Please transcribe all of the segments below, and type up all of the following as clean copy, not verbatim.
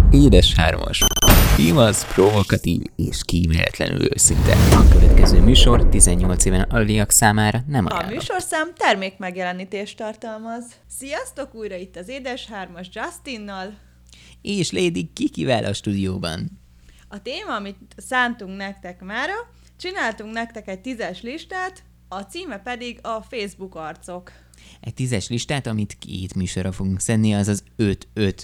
Édes hármas. Igaz, provokatív és kíméletlenül őszinte. A következő műsor 18 éven aluliak számára nem A ajánlott. műsorszám termékmegjelenítést tartalmaz. Sziasztok, újra itt az Édes hármas Justinnal. És Lady Kikivel a stúdióban. A téma, amit szántunk nektek mára, csináltunk nektek egy 10-es listát, a címe pedig a Facebook arcok. Egy 10-es listát, amit 2 műsorra fogunk szedni, az az 5-5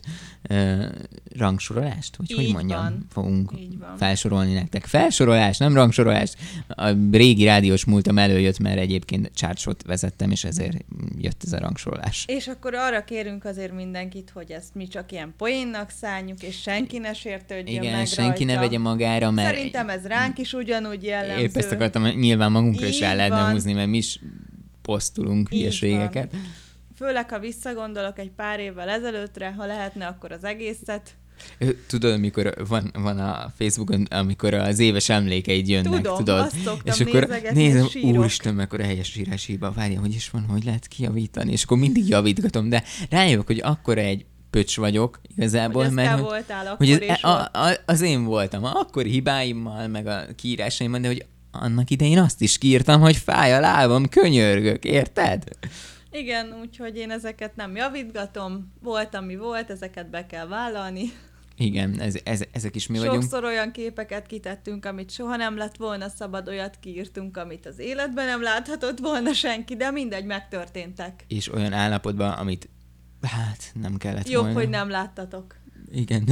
rangsorolást, vagy hogy mondjam, van. fogunk Így van. felsorolni nektek. Felsorolás, nem rangsorolás. A régi rádiós múltam előjött, mert egyébként chartsot vezettem, és ezért jött ez a rangsorolás. És akkor arra kérünk azért mindenkit, hogy ezt mi csak ilyen poénnak szánjuk, és senki ne sértődjön Igen, meg senki rajta. ne vegye magára, mert... Szerintem ez ránk is ugyanúgy jellemző. Épp ezt akartam, nyilván magunkra is Így el lehetne van. húzni, mert mi is posztulunk Így hülyeségeket. Főleg, ha visszagondolok egy pár évvel ezelőttre, ha lehetne, akkor az egészet. Tudod, amikor van a Facebookon, amikor az éves emlékeid jönnek, Tudom, tudod? azt szoktam És akkor nézegetni, nézem, és sírok. úristen, mekkora helyes írás hiba, várjál, hogy is van, hogy lehet kijavítani, és akkor mindig javítgatom, de rájövök, hogy akkora egy pöcs vagyok igazából, Hogy mert voltál akkor hogy és az én voltam, akkor hibáimmal, meg a kiírásaimmal, de hogy annak idején azt is kiírtam, hogy fáj a lábam, könyörgök, érted? Igen, úgyhogy én ezeket nem javítgatom. Volt, ami volt, ezeket be kell vállalni. Igen, ezek is mi vagyunk. Sokszor olyan képeket kitettünk, amit soha nem lett volna szabad, olyat kiírtunk, amit az életben nem láthatott volna senki, de mindegy, megtörténtek. És olyan állapotban, amit hát nem kellett Jobb, volna. hogy nem láttatok. Igen.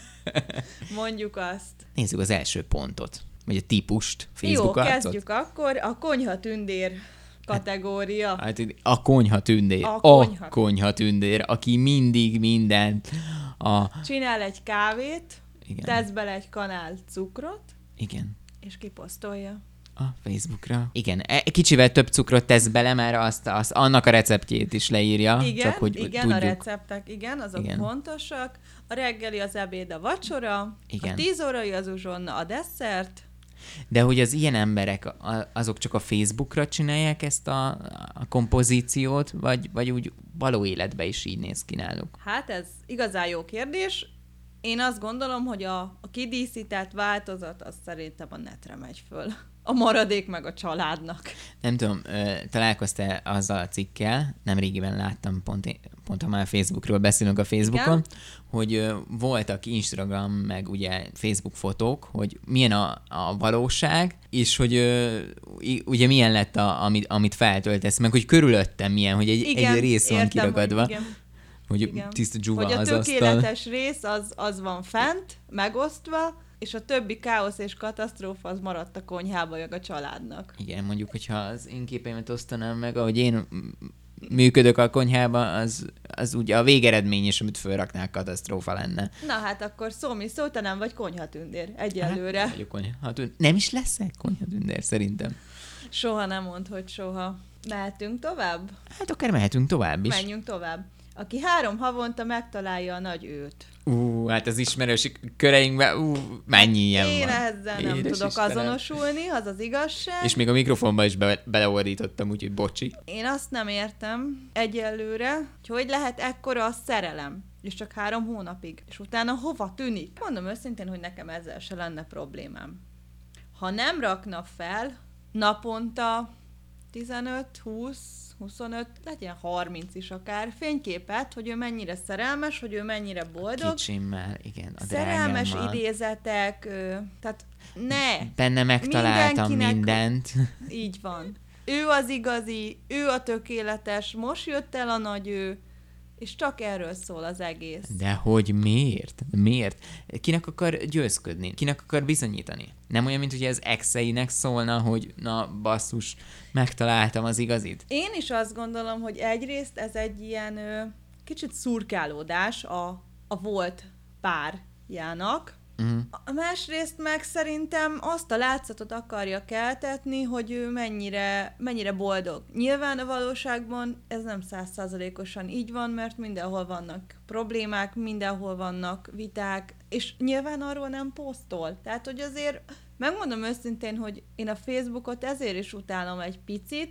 Mondjuk azt. Nézzük az első pontot, vagy a típust, Facebook Jó, arcot. kezdjük akkor. A konyhatündér kategória. Hát a konyhatündér. A Konyhatündér, aki mindig mindent Csinál egy kávét, Igen. tesz bele egy kanál cukrot, Igen. és kiposztolja. A Facebookra. Igen, kicsivel több cukrot tesz bele, mert azt annak a receptjét is leírja. Igen, csak hogy igen, tudjuk. a receptek, igen, azok Igen. fontosak. A reggeli, az ebéd, a vacsora, Igen. a 10 órai az uzsonna, a desszert. De hogy az ilyen emberek, azok csak a Facebookra csinálják ezt a kompozíciót, vagy úgy való életben is így néz ki náluk? Hát ez igazán jó kérdés. Én azt gondolom, hogy a kidíszített változat az szerintem a netre megy föl. A maradék meg a családnak. Nem tudom, találkoztál azzal a cikkel, nemrégiben láttam, pont ha már Facebookról beszélünk a Facebookon, Igen. hogy voltak Instagram, meg ugye Facebook fotók, hogy milyen a valóság, és hogy ugye milyen lett, amit feltöltesz, meg hogy körülöttem milyen, hogy egy rész van értem, kiragadva, hogy igen. tiszta dzsuva Hogy a az asztal. tökéletes rész az van fent, megosztva, és a többi káosz és katasztrófa az maradt a konyhába, meg a családnak. Igen, mondjuk, hogyha az én képeimet osztanám meg, ahogy én működök a konyhában, az ugye a végeredmény is, amit fölraknál, katasztrófa lenne. Na hát akkor szó, te nem vagy konyhatündér egyelőre. Hát, vagyok nem is leszek konyhatündér, szerintem. Soha nem mondd, hogy soha. Mehetünk tovább? Hát akár mehetünk tovább is. Menjünk tovább. Aki 3 havonta megtalálja a nagy őt. Hát az ismerősi köreinkben, mennyi ilyen Én van. ezzel nem Édes tudok Istenem. azonosulni, az az igazság. És még a mikrofonba is beleordítottam, úgyhogy bocsi. Én azt nem értem egyelőre, hogy lehet ekkora a szerelem, és csak 3 hónapig, és utána hova tűnik? Mondom őszintén, hogy nekem ezzel se lenne problémám. Ha nem rakna fel naponta 15, 20, 25, legyen 30 is akár, fényképet, hogy ő mennyire szerelmes, hogy ő mennyire boldog. Kicsimmel, igen, a Szerelmes drágámmal. idézetek, tehát ne! Benne megtaláltam Mindenkinek- mindent. Így van. Ő az igazi, ő a tökéletes, most jött el a nagy ő, és csak erről szól az egész. De hogy miért? Miért? Kinek akar győzködni? Kinek akar bizonyítani? Nem olyan, mint hogy ez exeinek szólna, hogy na basszus, megtaláltam az igazit. Én is azt gondolom, hogy egyrészt ez egy ilyen kicsit szurkálódás a volt párjának, a másrészt meg szerintem azt a látszatot akarja keltetni, hogy ő mennyire boldog. Nyilván a valóságban ez nem 100%-osan így van, mert mindenhol vannak problémák, mindenhol vannak viták, és nyilván arról nem posztol. Tehát, hogy azért megmondom őszintén, hogy én a Facebookot ezért is utálom egy picit,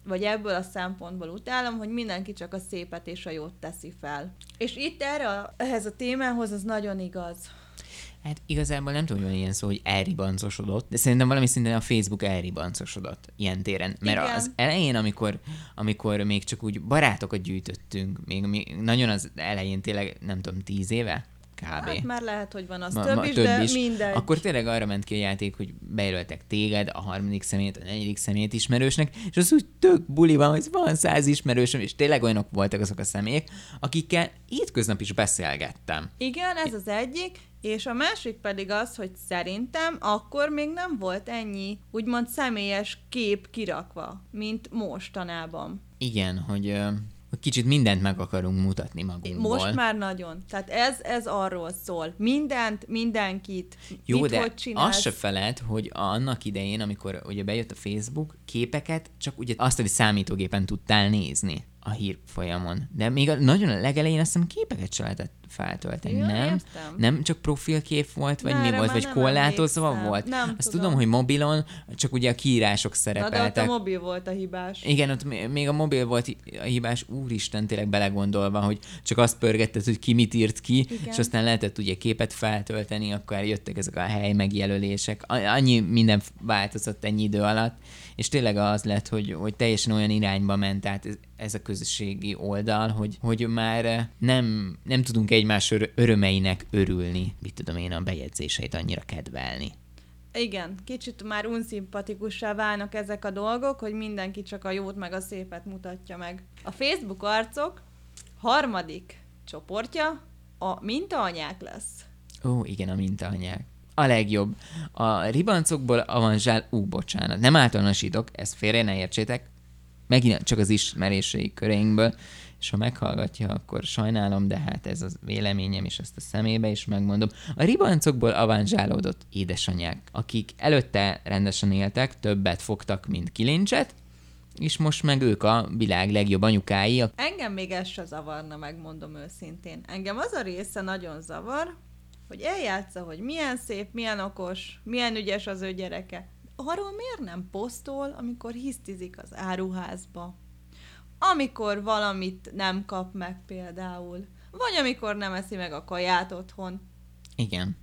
vagy ebből a szempontból utálom, hogy mindenki csak a szépet és a jót teszi fel. És itt ehhez a témához az nagyon igaz. Hát igazából nem tudom, hogy van ilyen szó, hogy elribancosodott, de szerintem valami szinten a Facebook elribancosodott ilyen téren. Mert igen. Az elején, amikor még csak úgy barátokat gyűjtöttünk, még nagyon az elején tényleg, nem tudom, 10 éve? Kb. Hát már lehet, hogy van az több is, de mindegy. Akkor tényleg arra ment ki a játék, hogy bejelöltek téged, a harmadik személyt, a negyedik személyt ismerősnek, és az úgy tök buli van, hogy van 100 ismerősöm, és tényleg olyanok voltak azok a személyek, akikkel hétköznap is beszélgettem. Igen, ez az egyik, és a másik pedig az, hogy szerintem akkor még nem volt ennyi, úgymond személyes kép kirakva, mint mostanában. Igen, hogy kicsit mindent meg akarunk mutatni magunkból. Most már nagyon. Tehát ez arról szól. Mindent, mindenkit, jó, mit, de hogy csinálsz. azt se feled, hogy annak idején, amikor ugye bejött a Facebook, képeket csak ugye azt, hogy számítógépen tudtál nézni a hírfolyamon. De még nagyon a legelején azt hiszem képeket se lehetett feltölteni, Ja, nem? értem. Nem csak profilkép volt, vagy mi Erre volt, már vagy nem korlátozva emlékszem. volt? Nem Azt tudom. tudom, hogy mobilon csak ugye a kiírások Na, de ott szerepeltek. a mobil volt a hibás. Igen, ott még a mobil volt a hibás, úristen, tényleg belegondolva, hogy csak azt pörgetted, hogy ki mit írt ki, Igen. és aztán lehetett ugye képet feltölteni, akkor jöttek ezek a hely megjelölések. Annyi minden változott ennyi idő alatt, és tényleg az lett, hogy teljesen olyan irányba ment át ez a közösségi oldal, hogy már nem tudunk egymás örömeinek örülni, mit tudom én, a bejegyzéseit annyira kedvelni. Igen, kicsit már unszimpatikussá válnak ezek a dolgok, hogy mindenki csak a jót meg a szépet mutatja meg. A Facebook arcok harmadik csoportja a mintaanyák lesz. Ó, igen, a mintaanyák. A legjobb. A ribancokból avanzsál, bocsánat, nem általánosítok, ezt félre ne értsétek, megint csak az ismerései köreinkből, és ha meghallgatja, akkor sajnálom, de hát ez az véleményem, és ezt a szemébe is megmondom. A ribancokból avanzsálódott édesanyák, akik előtte rendesen éltek, többet fogtak, mint kilincset, és most meg ők a világ legjobb anyukái. Engem még ez se zavarna, megmondom őszintén. Engem az a része nagyon zavar, hogy eljátsza, hogy milyen szép, milyen okos, milyen ügyes az ő gyereke. Arról miért nem posztol, amikor hisztizik az áruházba? Amikor valamit nem kap meg például. Vagy amikor nem eszi meg a kaját otthon. Igen.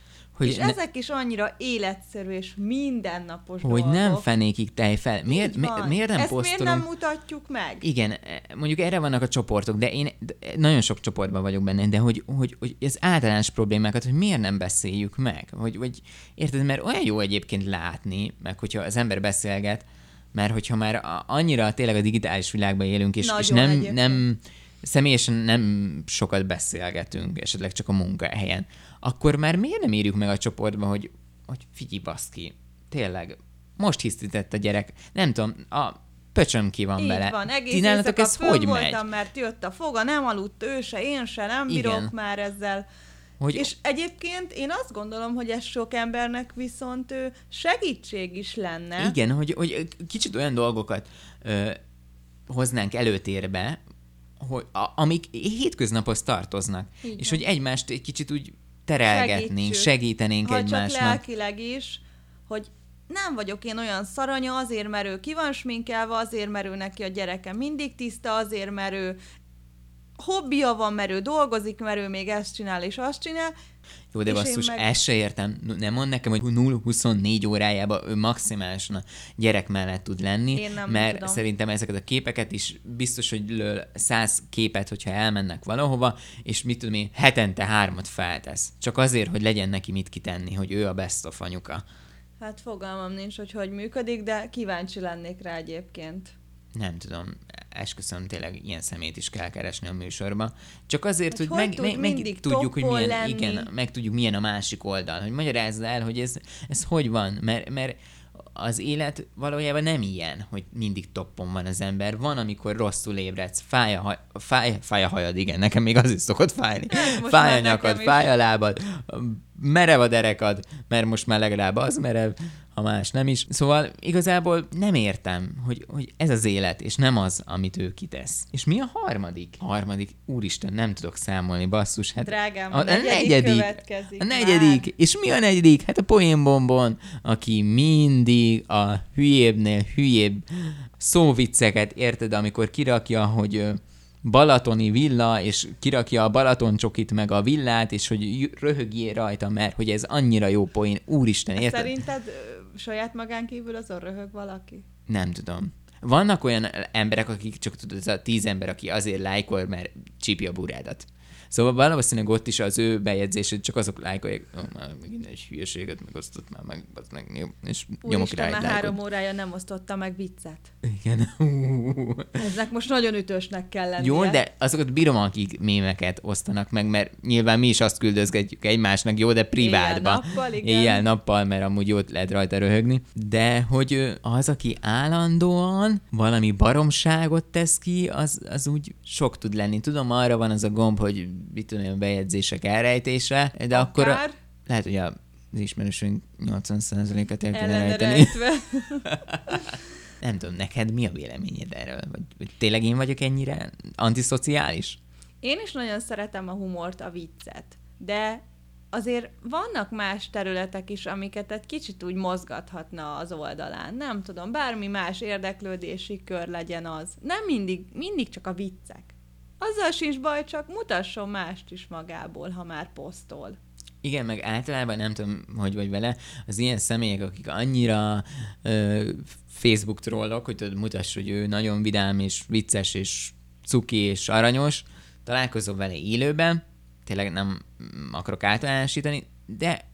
És ezek is annyira életszerű és mindennapos hogy dolgok. nem fenékig tej fel. Miért nem Ezt posztolunk? miért nem mutatjuk meg? Igen, mondjuk erre vannak a csoportok, de én nagyon sok csoportban vagyok benne, de hogy ez általános problémákat, hogy miért nem beszéljük meg? Hogy érted, mert olyan jó egyébként látni, meg hogyha az ember beszélget, mert hogyha már annyira tényleg a digitális világban élünk, és nem személyesen nem sokat beszélgetünk, esetleg csak a munkahelyen, akkor már miért nem írjuk meg a csoportban, hogy figyelj baszki, tényleg, most hisztített a gyerek, nem tudom, a pöcsöm ki van így vele. Van, egész Ti nálatok ez hogy voltam, megy? mert jött a foga, nem aludt ő se, én se, nem bírok Igen. már ezzel. És egyébként én azt gondolom, hogy ez sok embernek viszont segítség is lenne. Igen, hogy kicsit olyan dolgokat hoznánk előtérbe, amik hétköznaphoz tartoznak. Igen. És hogy egymást egy kicsit úgy terelgetnénk, segítenénk ha egymásnak. csak lelkileg is, hogy nem vagyok én olyan szaranya, azért mert ő ki van sminkelve, azért mert ő neki a gyereke mindig tiszta, azért mert ő hobbija van, mert ő dolgozik, mert ő még ezt csinál és azt csinál. Jó, de basszus, ezt se értem. Nem mond nekem, hogy 0-24 órájában ő maximálisan a gyerek mellett tud lenni, mert tudom. Szerintem ezeket a képeket is biztos, hogy lől 100 képet, hogyha elmennek valahova, és mit tudom én, hetente 3 feltesz. Csak azért, hogy legyen neki mit kitenni, hogy ő a best of anyuka. Hát fogalmam nincs, hogy működik, de kíváncsi lennék rá egyébként. Nem tudom, esküszöm, tényleg ilyen szemét is kell keresni a műsorba. Csak azért, hogy meg tudjuk, hogy milyen, igen, meg tudjuk, milyen a másik oldal. Hogy magyarázd el, hogy ez hogy van, mert az élet valójában nem ilyen, hogy mindig toppon van az ember. Van, amikor rosszul ébredsz, fáj a hajad, igen, nekem még az is szokott fájni. Fáj a nyakad, fáj a lábad, merev a derekad, mert most már legalább az merev, ha más nem is. Szóval igazából nem értem, hogy ez az élet, és nem az, amit ő kitesz. És mi a harmadik? Úristen, nem tudok számolni, basszus. Hát drágám, a negyedik következik. A negyedik. Már. És mi a negyedik? Hát a poénbombon, aki mindig a hülyébbnél hülyébb szóvicceket, érted, amikor kirakja, hogy balatoni villa, és kirakja a Balatoncsokit meg a villát, és hogy röhögjél rajta, mert hogy ez annyira jó poén. Úristen, érted? Szerinted saját magán kívül azon röhög valaki? Nem tudom. Vannak olyan emberek, akik csak tudod, ez a 10 ember, aki azért lájkol, mert csípi a burádat. Szóval valószínűleg ott is az ő bejegyzését csak azok lájkolják, már megint egy hülyeséget megosztott már meg, és nyomok rá egy lájkot. 3 órája nem osztotta meg viccet. Igen. Eznek most nagyon ütősnek kell lennie. Jó, de azokat bírom, akik mémeket osztanak meg, mert nyilván mi is azt küldözgetjük egymásnak, jó, de privátba. Éjjel-nappal, mert amúgy jót lehet rajta röhögni. De hogy az, aki állandóan valami baromságot tesz ki, az úgy sok tud lenni. Tudom, arra van az a gomb, hogy mit tudom, a bejegyzések elrejtése, de akkor lehet, hogy az ismerősünk 80%-at el kell rejteni. Nem tudom, neked mi a véleményed erről? Vagy tényleg én vagyok ennyire antiszociális? Én is nagyon szeretem a humort, a viccet, de azért vannak más területek is, amiket egy kicsit úgy mozgathatna az oldalán. Nem tudom, bármi más érdeklődési kör legyen az. Nem mindig csak a viccek. Azzal sincs baj, csak mutasson mást is magából, ha már posztol. Igen, meg általában nem tudom, hogy vagy vele, az ilyen személyek, akik annyira Facebook trollok, hogy tudod, mutass, hogy ő nagyon vidám és vicces és cuki és aranyos, találkozol vele élőben, tényleg nem akarok általánosítani, de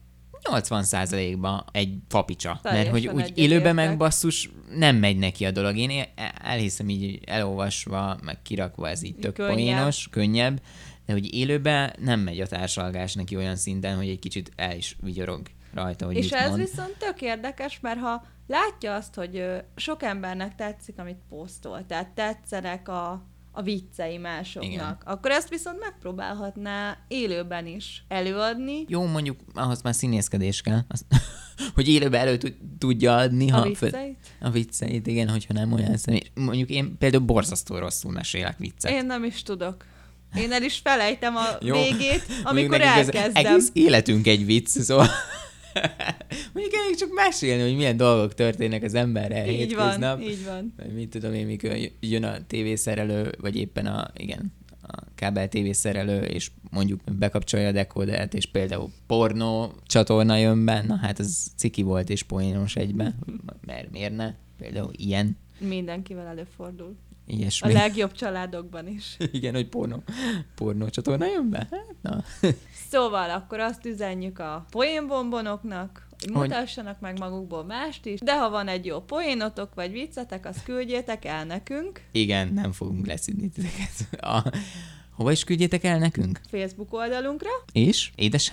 80%-ban egy fapicsa. Mert hogy úgy élőben meg basszus nem megy neki a dolog. Én elhiszem így elolvasva, meg kirakva ez így tök poénos, könnyebb, de hogy élőben nem megy a társalgás neki olyan szinten, hogy egy kicsit el is vigyorog rajta, hogy és mit ez mond. Viszont tök érdekes, mert ha látja azt, hogy sok embernek tetszik, amit posztol, tehát tetszenek a viccei másoknak, igen, akkor ezt viszont megpróbálhatná élőben is előadni. Jó, mondjuk ahhoz már színészkedés kell. Hogy élőben elő tudja adni. A vicceit? A vicceit, igen, hogyha nem olyan személy. Mondjuk én például borzasztó rosszul mesélek viccet. Én nem is tudok. Én el is felejtem a végét, amikor elkezdem. Egész életünk egy vicc, szóval mondjuk elég csak mesélni, hogy milyen dolgok történnek az emberrel hétköznap. Így van. Mit tudom én, mikor jön a tévészerelő, vagy éppen a kábel tévészerelő, és mondjuk bekapcsolja a dekódert, és például pornó csatorna jön be, na hát az ciki volt és poénos egybe, mert miért ne? Például ilyen. Mindenkivel előfordul. Ilyesmi. A legjobb családokban is. Igen, hogy pornó csatorna jön be? Hát, na. Szóval akkor azt üzenjük a poénbombonoknak, hogy mutassanak meg magukból mást is, de ha van egy jó poénotok vagy viccetek, azt küldjétek el nekünk. Igen, nem fogunk leszidni titeket. Hova is küldjétek el nekünk? Facebook oldalunkra. És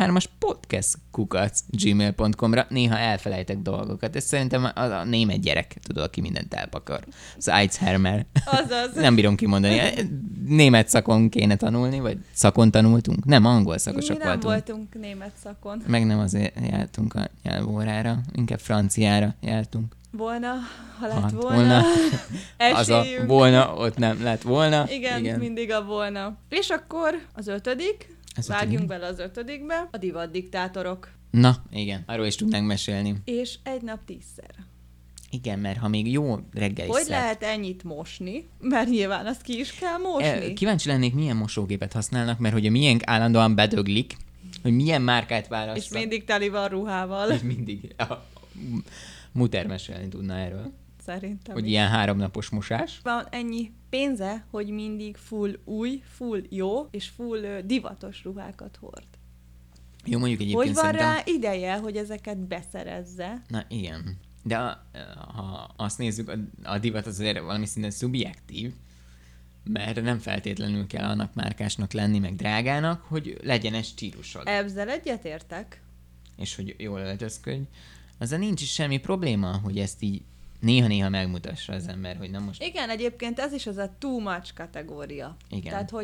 édeshármaspodcast@gmail.com-ra. Néha elfelejtek dolgokat. Ez szerintem a német gyerek, tudod, aki mindent elpakar. Az Eichheimer. Azaz. Nem bírom kimondani. Német szakon kéne tanulni, vagy szakon tanultunk? Nem, angol szakosak voltunk. Mi nem voltunk német szakon. Meg nem azért jártunk a nyelvórára, inkább franciára jártunk. Volna, ha lett volna. Az a volna, ott nem lett volna. Igen, mindig a volna. És akkor az 5. Vágjunk bele az 5-be, a divatdiktátorok. Na, igen, arról is tudnánk mesélni. És egy nap 10-szer. Igen, mert ha még jó reggel is hogy lehet ennyit mosni? Mert nyilván azt ki is kell mosni. Kíváncsi lennék, milyen mosógépet használnak, mert hogy a miénk állandóan bedöglik, hogy milyen márkát válasszak. És mindig teli van ruhával. És mindig. Muter mesélni tudna erről. Szerintem hogy is. Ilyen 3 napos mosás. Van ennyi pénze, hogy mindig full új, full jó, és full divatos ruhákat hord. Jó, mondjuk egyébként hogy van szerintem... rá ideje, hogy ezeket beszerezze? Na igen. De ha azt nézzük, a divat az azért valami szinten szubjektív, mert nem feltétlenül kell annak márkásnak lenni, meg drágának, hogy legyen egy stílusod. Ezzel egyetértek. És hogy jól öltözködj. Azzal nincs is semmi probléma, hogy ezt így néha-néha megmutassa az ember, hogy nem most... Igen, egyébként ez is az a too much kategória. Igen. Tehát, hogy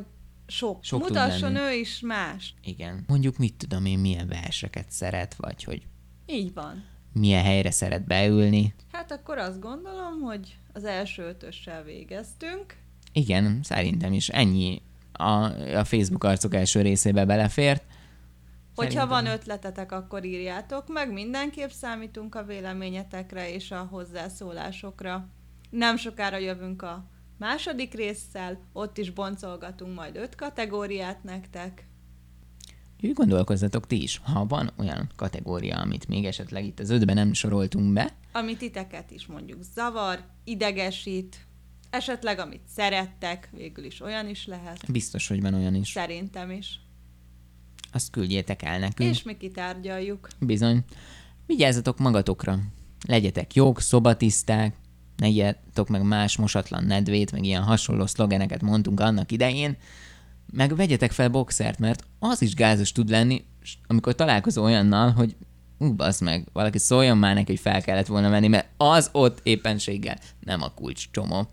Sok tud Mutasson lenni. ő is más. Igen. Mondjuk mit tudom én, milyen verseket szeret, vagy hogy Így van. milyen helyre szeret beülni. Hát akkor azt gondolom, hogy az első 5-össel végeztünk. Igen, szerintem is ennyi a Facebook arcok első részébe belefért. Hogyha Szerintem. van ötletetek, akkor írjátok meg, mindenképp számítunk a véleményetekre és a hozzászólásokra. Nem sokára jövünk a második résszel, ott is boncolgatunk majd 5 kategóriát nektek. Úgy gondolkozzatok ti is, ha van olyan kategória, amit még esetleg itt az 5-ben nem soroltunk be, Ami titeket is mondjuk zavar, idegesít, esetleg amit szerettek, végül is olyan is lehet. biztos, hogy van olyan is. Szerintem is. Azt küldjétek el nekünk. És mi kitárgyaljuk. Bizony. Vigyázzatok magatokra. Legyetek jók, szobatiszták, ne igyatok meg más mosatlan nedvét, meg ilyen hasonló szlogeneket mondtunk annak idején, meg vegyetek fel boxert, mert az is gázos tud lenni, amikor találkozol olyannal, hogy bazd meg, valaki szóljon már neki, hogy fel kellett volna menni, mert az ott éppenséggel nem a kulcs csomó.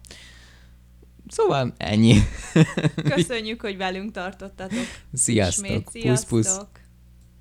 Szóval ennyi. Köszönjük, hogy velünk tartottatok. Sziasztok. Ismét Pusz, pusz. sziasztok.